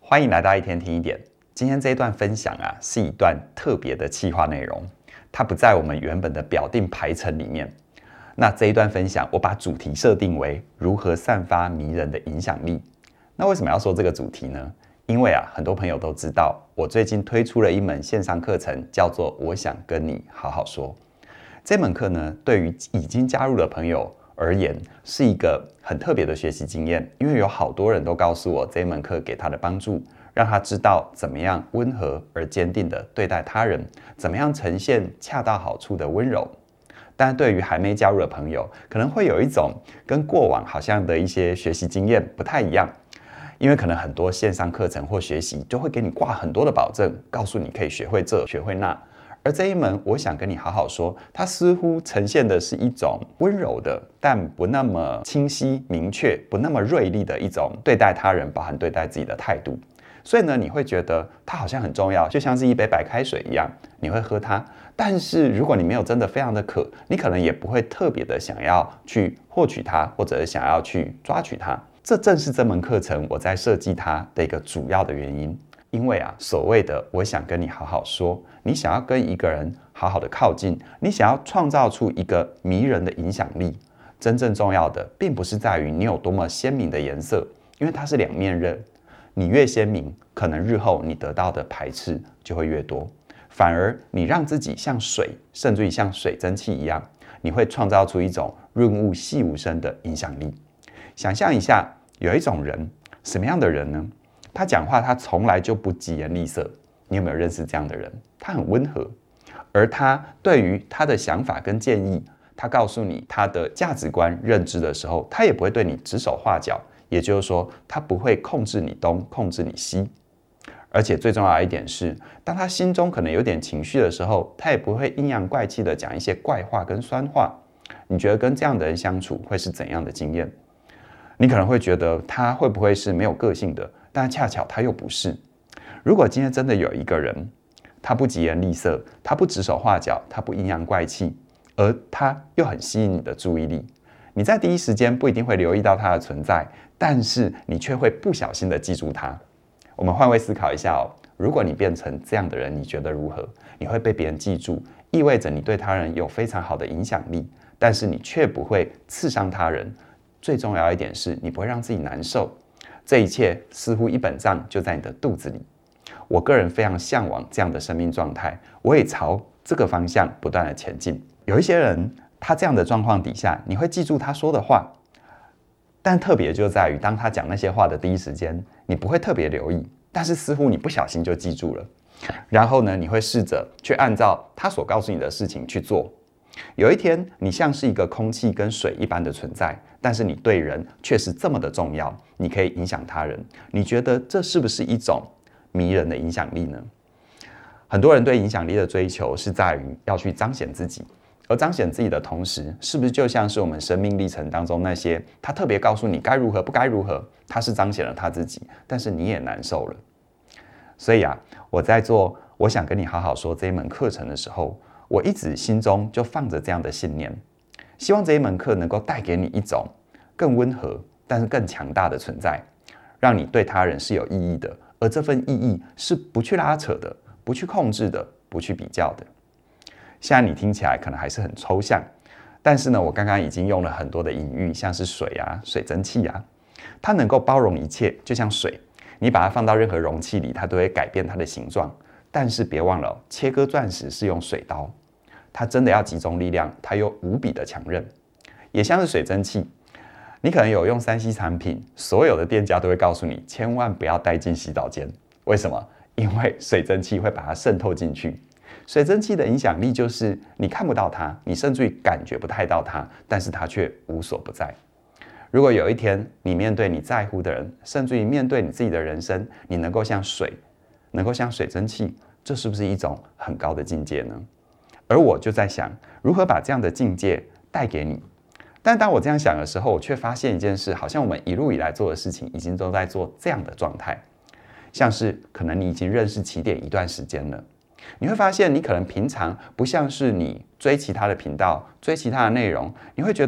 欢迎来到一天听一点。今天这一段分享是一段特别的企划内容，它不在我们原本的表定排程里面。那这一段分享，我把主题设定为如何散发迷人的影响力。那为什么要说这个主题呢？因为很多朋友都知道，我最近推出了一门线上课程，叫做《我想跟你好好说》。这门课呢，对于已经加入的朋友而言，是一个很特别的学习经验，因为有好多人都告诉我，这门课给他的帮助，让他知道怎么样温和而坚定地对待他人，怎么样呈现恰到好处的温柔。但对于还没加入的朋友，可能会有一种跟过往好像的一些学习经验不太一样，因为可能很多线上课程或学习就会给你挂很多的保证，告诉你可以学会这学会那。而这一门我想跟你好好说，它似乎呈现的是一种温柔的，但不那么清晰明确，不那么锐利的一种对待他人，包含对待自己的态度。所以呢，你会觉得它好像很重要，就像是一杯白开水一样，你会喝它。但是如果你没有真的非常的渴，你可能也不会特别的想要去获取它，或者想要去抓取它。这正是这门课程我在设计它的一个主要的原因。因为所谓的我想跟你好好说，你想要跟一个人好好的靠近，你想要创造出一个迷人的影响力，真正重要的并不是在于你有多么鲜明的颜色，因为它是两面刃。你越鲜明，可能日后你得到的排斥就会越多。反而你让自己像水，甚至于像水蒸气一样，你会创造出一种润物细无声的影响力。想象一下，有一种人，什么样的人呢？他讲话他从来就不疾言厉色。你有没有认识这样的人？他很温和，而他对于他的想法跟建议，他告诉你他的价值观认知的时候，他也不会对你指手画脚，也就是说，他不会控制你东，控制你西。而且最重要的一点是，当他心中可能有点情绪的时候，他也不会阴阳怪气的讲一些怪话跟酸话。你觉得跟这样的人相处会是怎样的经验？你可能会觉得他会不会是没有个性的？但恰巧他又不是。如果今天真的有一个人，他不疾言厉色，他不指手画脚，他不阴阳怪气，而他又很吸引你的注意力，你在第一时间不一定会留意到他的存在，但是你却会不小心的记住他。我们换位思考一下如果你变成这样的人，你觉得如何？你会被别人记住，意味着你对他人有非常好的影响力，但是你却不会刺伤他人。最重要一点是，你不会让自己难受。这一切似乎一本账就在你的肚子里。我个人非常向往这样的生命状态，我也朝这个方向不断的前进。有一些人，他这样的状况底下，你会记住他说的话，但特别就在于，当他讲那些话的第一时间，你不会特别留意，但是似乎你不小心就记住了。然后呢，你会试着去按照他所告诉你的事情去做。有一天，你像是一个空气跟水一般的存在，但是你对人却是这么的重要，你可以影响他人。你觉得这是不是一种迷人的影响力呢？很多人对影响力的追求是在于要去彰显自己，而彰显自己的同时，是不是就像是我们生命历程当中那些他特别告诉你该如何不该如何，他是彰显了他自己，但是你也难受了。所以我在做我想跟你好好说这一门课程的时候，我一直心中就放着这样的信念，希望这一门课能够带给你一种更温和但是更强大的存在，让你对他人是有意义的，而这份意义是不去拉扯的，不去控制的，不去比较的。现在你听起来可能还是很抽象，但是呢，我刚刚已经用了很多的隐喻，像是水水蒸气它能够包容一切，就像水，你把它放到任何容器里，它都会改变它的形状。但是别忘了，切割钻石是用水刀，它真的要集中力量，它又无比的强韧。也像是水蒸气，你可能有用3C 产品，所有的店家都会告诉你，千万不要带进洗澡间。为什么？因为水蒸气会把它渗透进去。水蒸气的影响力就是你看不到它，你甚至于感觉不太到它，但是它却无所不在。如果有一天你面对你在乎的人，甚至于面对你自己的人生，你能够像水，能够像水蒸气，这是不是一种很高的境界呢？而我就在想，如何把这样的境界带给你。但当我这样想的时候，我却发现一件事，好像我们一路以来做的事情，已经都在做这样的状态。像是可能你已经认识起点一段时间了，你会发现你可能平常不像是你追其他的频道，追其他的内容，你会觉得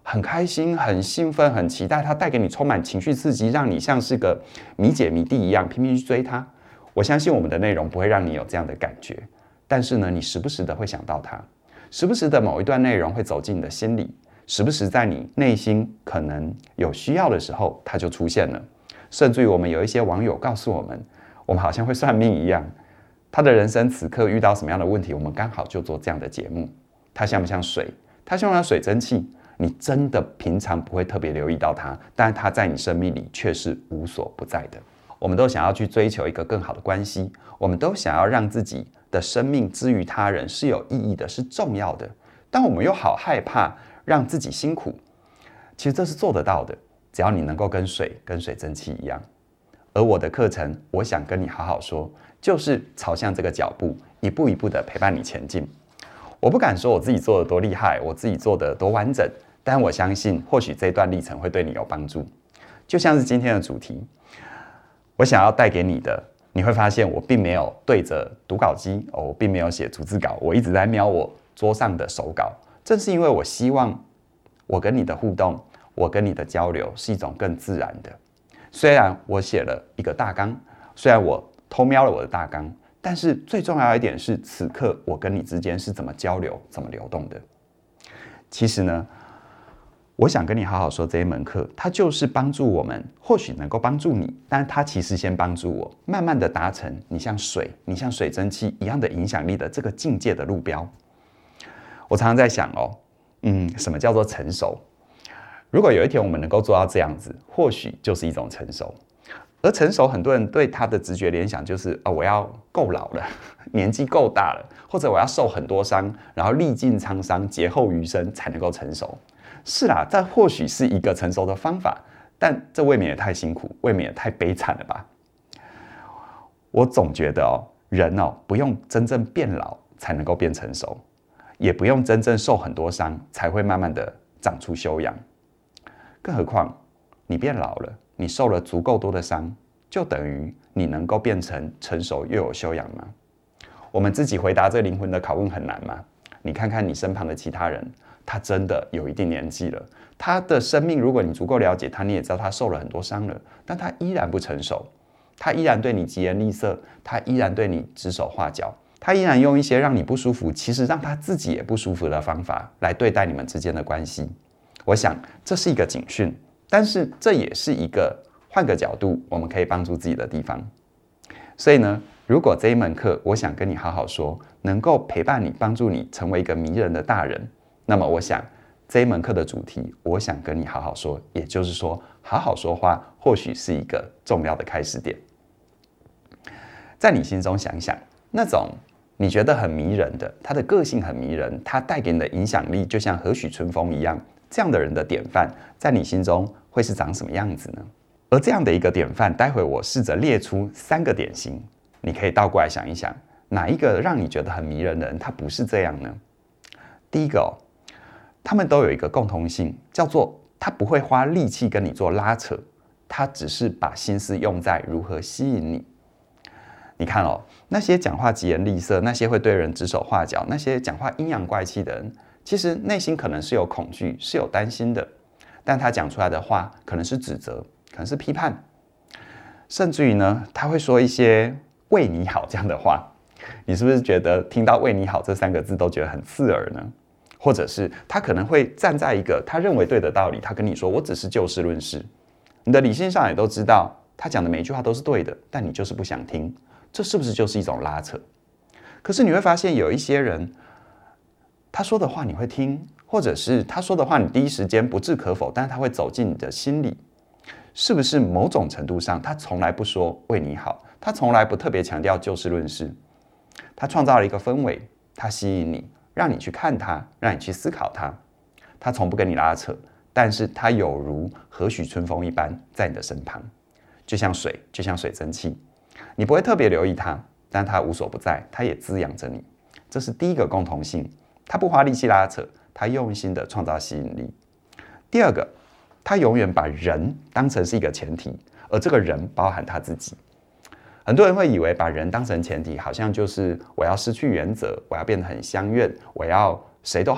很开心、很兴奋、很期待，它带给你充满情绪刺激，让你像是个迷姐迷弟一样拼命去追它。我相信我们的内容不会让你有这样的感觉，但是呢，你时不时的会想到它，时不时的某一段内容会走进你的心里，时不时在你内心可能有需要的时候，它就出现了。甚至于我们有一些网友告诉我们，我们好像会算命一样，他的人生此刻遇到什么样的问题，我们刚好就做这样的节目。它像不像水？它像不像水蒸气？你真的平常不会特别留意到它，但它在你生命里却是无所不在的。我们都想要去追求一个更好的关系，我们都想要让自己的生命之于他人是有意义的，是重要的，但我们又好害怕让自己辛苦。其实这是做得到的，只要你能够跟水蒸气一样。而我的课程，我想跟你好好说，就是朝向这个脚步，一步一步的陪伴你前进。我不敢说我自己做的多厉害，我自己做的多完整，但我相信或许这段历程会对你有帮助。就像是今天的主题，我想要带给你的，你会发现我并没有对着读稿机，我并没有写逐字稿，我一直在瞄我桌上的手稿。正是因为我希望我跟你的互动，我跟你的交流是一种更自然的。虽然我写了一个大纲，虽然我偷瞄了我的大纲，但是最重要一点是，此刻我跟你之间是怎么交流、怎么流动的。其实呢，我想跟你好好说这一门课，它就是帮助我们，或许能够帮助你，但它其实先帮助我，慢慢的达成你像水、你像水蒸气一样的影响力的这个境界的路标。我常常在想什么叫做成熟？如果有一天我们能够做到这样子，或许就是一种成熟。而成熟，很多人对他的直觉联想就是我要够老了，年纪够大了，或者我要受很多伤，然后历尽沧桑，劫后余生才能够成熟。是啦，这或许是一个成熟的方法，但这未免也太辛苦，未免也太悲惨了吧。我总觉得人不用真正变老才能够变成熟，也不用真正受很多伤才会慢慢的长出修养。更何况你变老了，你受了足够多的伤，就等于你能够变成成熟又有修养吗？我们自己回答这灵魂的拷问很难吗？你看看你身旁的其他人，他真的有一定年纪了，他的生命如果你足够了解他，你也知道他受了很多伤了，但他依然不成熟，他依然对你疾言厉色，他依然对你指手画脚，他依然用一些让你不舒服，其实让他自己也不舒服的方法来对待你们之间的关系。我想这是一个警讯，但是这也是一个换个角度我们可以帮助自己的地方。所以呢，如果这一门课我想跟你好好说，能够陪伴你，帮助你成为一个迷人的大人，那么我想这一门课的主题，我想跟你好好说，也就是说好好说话或许是一个重要的开始点。在你心中想想，那种你觉得很迷人的，他的个性很迷人，他带给你的影响力就像何许春风一样，这样的人的典范在你心中会是长什么样子呢？而这样的一个典范，待会我试着列出3个典型，你可以倒过来想一想，哪一个让你觉得很迷人的人他不是这样呢？第一个他们都有一个共同性，叫做他不会花力气跟你做拉扯，他只是把心思用在如何吸引你。你看那些讲话疾言厉色，那些会对人指手画脚，那些讲话阴阳怪气的人，其实内心可能是有恐惧，是有担心的，但他讲出来的话可能是指责，可能是批判，甚至于呢，他会说一些为你好这样的话。你是不是觉得听到为你好这3个字都觉得很刺耳呢？或者是他可能会站在一个他认为对的道理，他跟你说我只是就事论事，你的理性上也都知道他讲的每一句话都是对的，但你就是不想听，这是不是就是一种拉扯？可是你会发现有一些人，他说的话你会听，或者是他说的话你第一时间不置可否，但是他会走进你的心里。是不是某种程度上他从来不说为你好，他从来不特别强调就事论事，他创造了一个氛围，他吸引你，让你去看他，让你去思考他，他从不跟你拉扯，但是他有如何许春风一般在你的身旁，就像水，就像水蒸气，你不会特别留意他，但他无所不在，他也滋养着你。这是第一个共同性，他不花力气拉扯，他用心的创造吸引力。第二个，他永远把人当成是一个前提，而这个人包含他自己。很多人会以为把人当成前提，好像就是我要失去原则，我要变得很相怨，我要谁都好，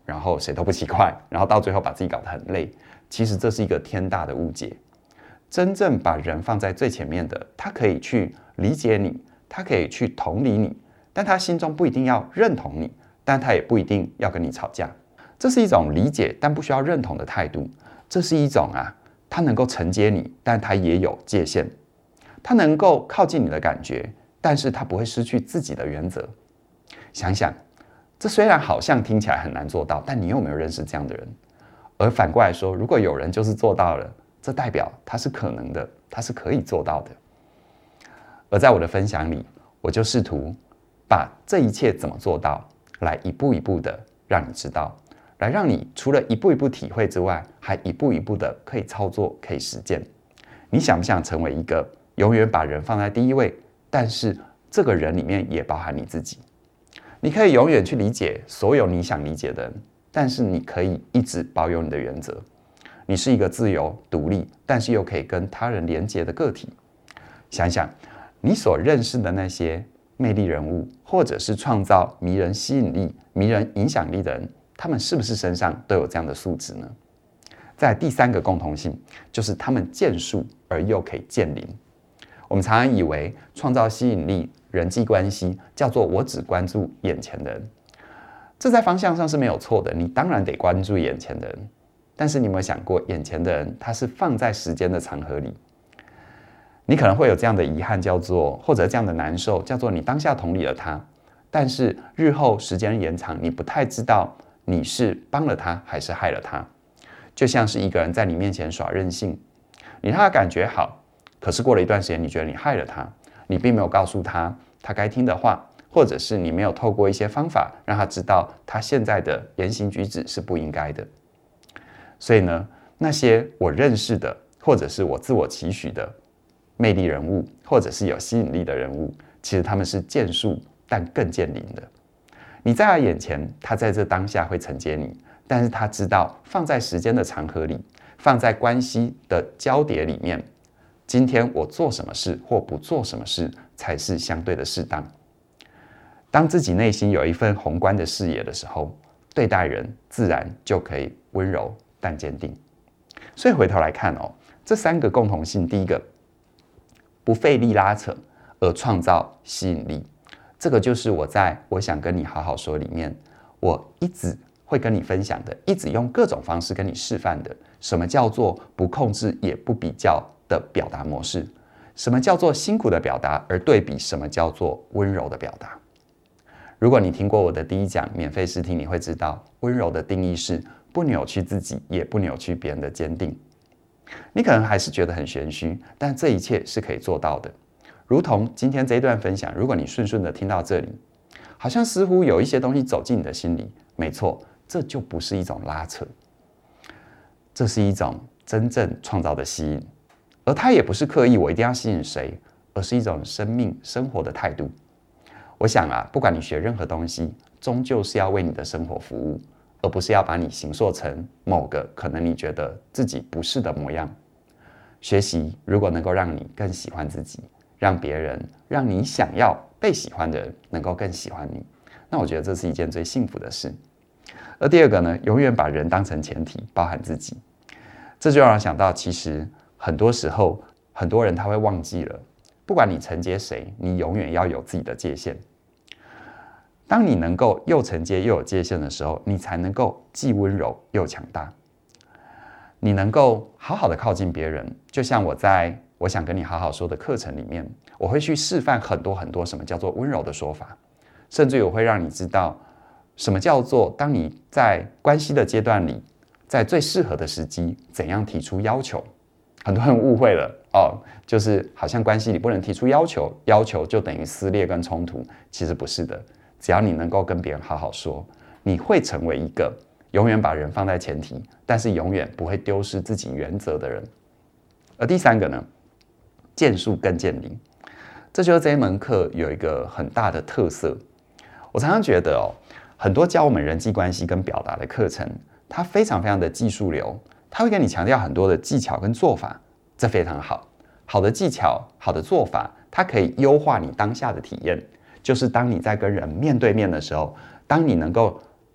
然后谁都不奇怪，然后到最后把自己搞得很累。其实这是一个天大的误解。真正把人放在最前面的，他可以去理解你，他可以去同理你，但他心中不一定要认同你，但他也不一定要跟你吵架。这是一种理解但不需要认同的态度。这是一种他能够承接你，但他也有界限。他能够靠近你的感觉，但是他不会失去自己的原则。想想，这虽然好像听起来很难做到，但你有没有认识这样的人？而反过来说，如果有人就是做到了，这代表他是可能的，他是可以做到的。而在我的分享里，我就试图把这一切怎么做到，来一步一步的让你知道，来让你除了一步一步体会之外，还一步一步的可以操作，可以实践。你想不想成为一个永远把人放在第一位，但是这个人里面也包含你自己？你可以永远去理解所有你想理解的人，但是你可以一直保有你的原则。你是一个自由、独立，但是又可以跟他人连结的个体。想想，你所认识的那些魅力人物，或者是创造迷人吸引力、迷人影响力的人，他们是不是身上都有这样的素质呢？再来第三个共同性，就是他们见树而又可以见林。我们常常以为创造吸引力、人际关系叫做我只关注眼前的人，这在方向上是没有错的，你当然得关注眼前的人。但是你有没有想过，眼前的人他是放在时间的长河里？你可能会有这样的遗憾，或者这样的难受，叫做你当下同理了他，但是日后时间延长，你不太知道你是帮了他还是害了他。就像是一个人在你面前耍任性，你让他感觉好，可是过了一段时间，你觉得你害了他，你并没有告诉他他该听的话，或者是你没有透过一些方法让他知道他现在的言行举止是不应该的。所以呢，那些我认识的，或者是我自我期许的魅力人物，或者是有吸引力的人物，其实他们是见树但更见林的。你在他眼前，他在这当下会承接你，但是他知道放在时间的长河里，放在关系的交叠里面，今天我做什么事或不做什么事才是相对的适当。当自己内心有一份宏观的视野的时候，对待人自然就可以温柔但坚定。所以回头来看这三个共同性，第一个，不费力拉扯而创造吸引力，这个就是我想跟你好好说里面，我一直会跟你分享的，一直用各种方式跟你示范的，什么叫做不控制也不比较的表达模式，什么叫做辛苦的表达，而对比什么叫做温柔的表达。如果你听过我的第一讲免费试听，你会知道温柔的定义是不扭曲自己，也不扭曲别人的坚定。你可能还是觉得很玄虚，但这一切是可以做到的。如同今天这一段分享，如果你顺顺的听到这里，好像似乎有一些东西走进你的心里，没错，这就不是一种拉扯，这是一种真正创造的吸引。而它也不是刻意我一定要吸引谁，而是一种生命生活的态度。我想不管你学任何东西，终究是要为你的生活服务，而不是要把你形塑成某个可能你觉得自己不是的模样。学习如果能够让你更喜欢自己，让别人，让你想要被喜欢的人能够更喜欢你，那我觉得这是一件最幸福的事。而第二个呢，永远把人当成前提，包含自己。这就让我想到，其实很多时候很多人他会忘记了，不管你承接谁，你永远要有自己的界限。当你能够又承接又有界限的时候，你才能够既温柔又强大。你能够好好的靠近别人，就像我想跟你好好说的课程里面，我会去示范很多很多什么叫做温柔的说法，甚至我会让你知道什么叫做当你在关系的阶段里，在最适合的时机怎样提出要求。很多人误会了就是好像关系里不能提出要求，要求就等于撕裂跟冲突，其实不是的。只要你能够跟别人好好说，你会成为一个永远把人放在前提，但是永远不会丢失自己原则的人。而第三个呢，见树更见林，这就是这一门课有一个很大的特色。我常常觉得很多教我们人际关系跟表达的课程，它非常非常的技术流，它会跟你强调很多的技巧跟做法，这非常好。好的技巧，好的做法，它可以优化你当下的体验。就是当你在跟人面对面的时候，当你能够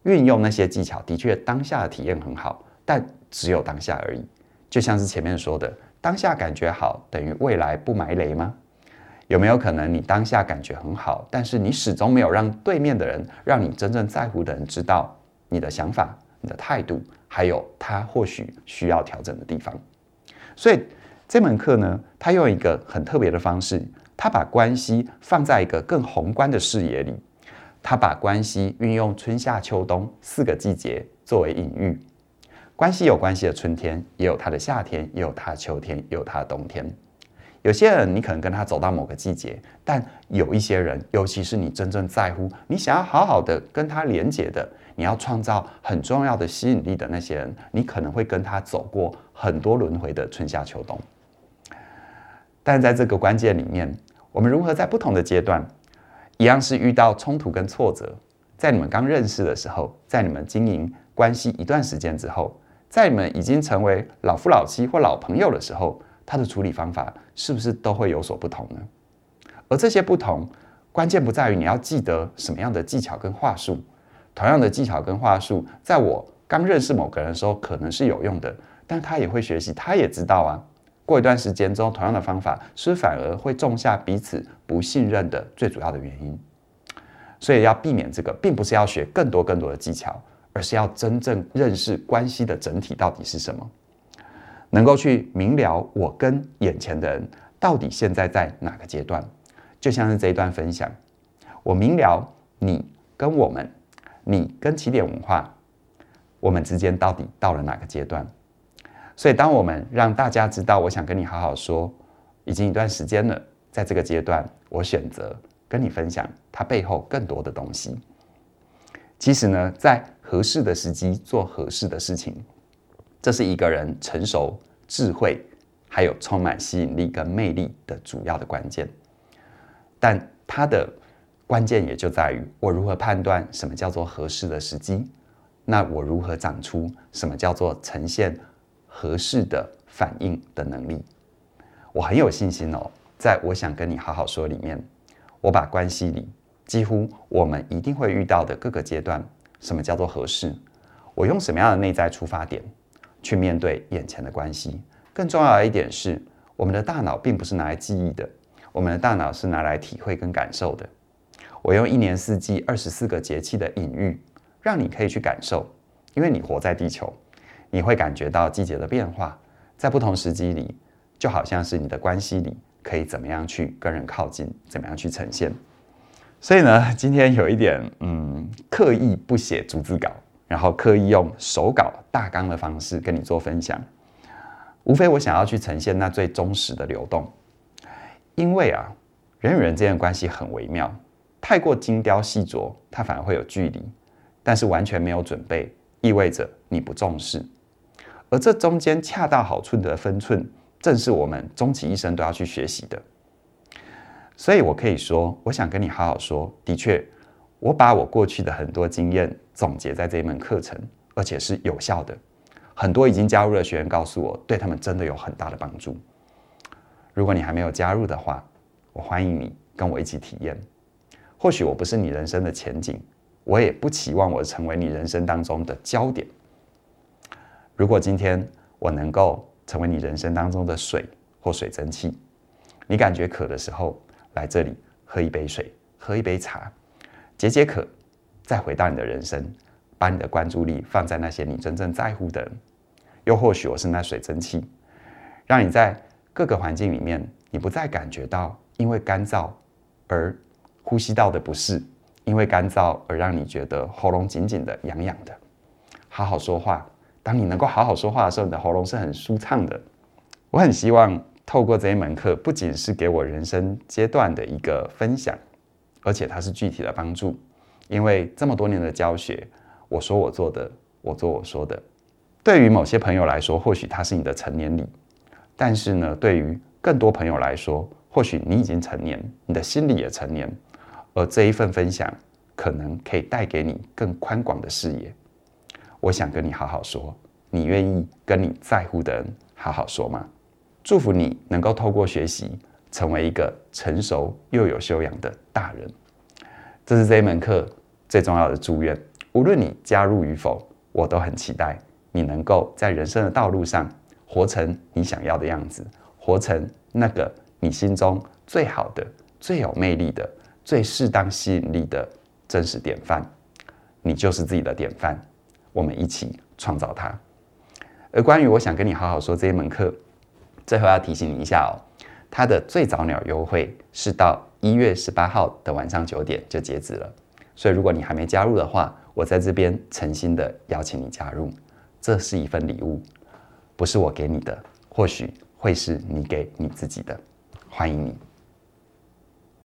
运用那些技巧，的确当下的体验很好，但只有当下而已。就像是前面说的，当下感觉好等于未来不埋雷吗？有没有可能你当下感觉很好，但是你始终没有让对面的人，让你真正在乎的人知道你的想法、你的态度，还有他或许需要调整的地方。所以这门课呢，它用一个很特别的方式，它把关系放在一个更宏观的视野里，它把关系运用春夏秋冬4个季节作为隐喻。关系有关系的春天，也有它的夏天，也有它的秋天，也有它的冬天。有些人你可能跟他走到某个季节，但有一些人，尤其是你真正在乎、你想要好好的跟他连结的，你要创造很重要的吸引力的那些人，你可能会跟他走过很多轮回的春夏秋冬。但在这个关键里面，我们如何在不同的阶段，一样是遇到冲突跟挫折，在你们刚认识的时候，在你们经营关系一段时间之后，在你们已经成为老夫老妻或老朋友的时候，他的处理方法是不是都会有所不同呢？而这些不同，关键不在于你要记得什么样的技巧跟话术。同样的技巧跟话术，在我刚认识某个人的时候可能是有用的，但他也会学习，他也知道啊。过一段时间之后，同样的方法是不是反而会种下彼此不信任的最主要的原因？所以要避免这个，并不是要学更多的技巧，而是要真正认识关系的整体到底是什么。能够去明了我跟眼前的人到底现在在哪个阶段，就像是这一段分享，我明了你跟我们，你跟起点文化，我们之间到底到了哪个阶段。所以当我们让大家知道我想跟你好好说，已经一段时间了，在这个阶段我选择跟你分享它背后更多的东西。其实呢，在合适的时机做合适的事情，这是一个人成熟、智慧，还有充满吸引力跟魅力的主要的关键。但它的关键也就在于我如何判断什么叫做合适的时机，那我如何长出什么叫做呈现合适的反应的能力。我很有信心哦，在我想跟你好好说里面，我把关系里几乎我们一定会遇到的各个阶段，什么叫做合适，我用什么样的内在出发点去面对眼前的关系。更重要的一点是，我们的大脑并不是拿来记忆的，我们的大脑是拿来体会跟感受的。我用1年4季24个节气的隐喻，让你可以去感受，因为你活在地球，你会感觉到季节的变化，在不同时机里，就好像是你的关系里可以怎么样去跟人靠近，怎么样去呈现。所以呢，今天有一点刻意不写逐字稿，然后刻意用手稿大纲的方式跟你做分享，无非我想要去呈现那最忠实的流动。因为啊，人与人之间的关系很微妙，太过精雕细琢，它反而会有距离，但是完全没有准备，意味着你不重视。而这中间恰到好处的分寸，正是我们终其一生都要去学习的。所以我可以说，我想跟你好好说，的确，我把我过去的很多经验总结在这一门课程，而且是有效的。很多已经加入的学员告诉我，对他们真的有很大的帮助。如果你还没有加入的话，我欢迎你跟我一起体验。或许我不是你人生的前景，我也不期望我成为你人生当中的焦点。如果今天我能够成为你人生当中的水或水蒸气，你感觉渴的时候，来这里喝一杯水，喝一杯茶，解解渴，再回到你的人生，把你的关注力放在那些你真正在乎的人。又或许我是那水蒸气，让你在各个环境里面，你不再感觉到因为干燥而呼吸道的不适，因为干燥而让你觉得喉咙紧紧的、痒痒的。好好说话，当你能够好好说话的时候，你的喉咙是很舒畅的。我很希望透过这一门课，不仅是给我人生阶段的一个分享，而且它是具体的帮助。因为这么多年的教学，我说我做的，我做我说的。对于某些朋友来说，或许它是你的成年礼，但是呢，对于更多朋友来说，或许你已经成年，你的心里也成年，而这一份分享可能可以带给你更宽广的视野。我想跟你好好说，你愿意跟你在乎的人好好说吗？祝福你能够透过学习，成为一个成熟又有修养的大人。这是这一门课最重要的祝愿。 无论你加入与否，我都很期待你能够在人生的道路上活成你想要的样子，活成那个你心中最好的、最有魅力的、最适当吸引力的真实典范。你就是自己的典范，我们一起创造它。而关于我想跟你好好说这一门课，最后要提醒你一下哦，它的最早鸟优惠是到1月18号的晚上9点就截止了。所以如果你还没加入的话，我在这边诚心的邀请你加入。这是一份礼物，不是我给你的，或许会是你给你自己的。欢迎你。